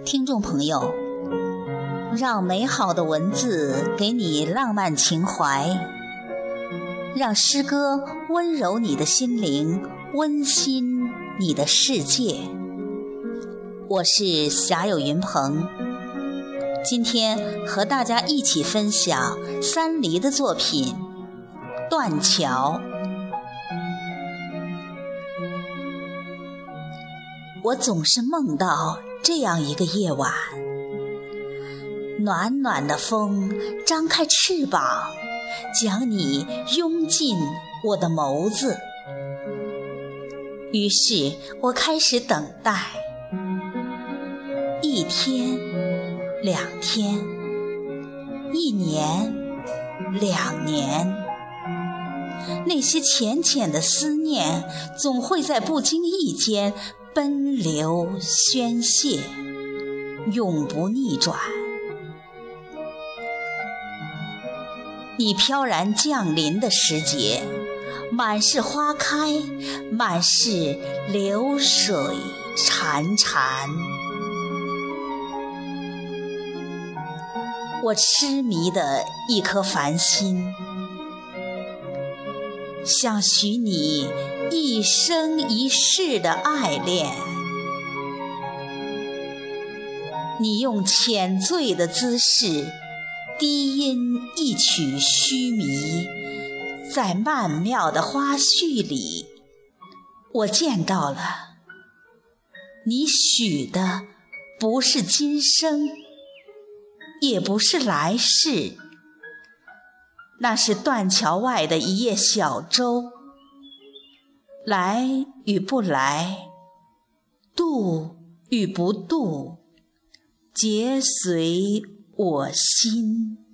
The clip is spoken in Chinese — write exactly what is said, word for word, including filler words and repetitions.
听众朋友，让美好的文字给你浪漫情怀，让诗歌温柔你的心灵，温馨你的世界。我是侠有云鹏，今天和大家一起分享三黎的作品《断桥》。我总是梦到这样一个夜晚，暖暖的风张开翅膀，将你拥进我的眸子。于是我开始等待，一天，两天，一年，两年，那些浅浅的思念总会在不经意间奔流宣泄，永不逆转。你飘然降临的时节，满是花开，满是流水潺潺。我痴迷的一颗繁星，想许你一生一世的爱恋。你用浅醉的姿势，低吟一曲须弥，在曼妙的花絮里，我见到了你许的不是今生，也不是来世，那是断桥外的一叶小舟，来与不来，渡与不渡，皆随我心。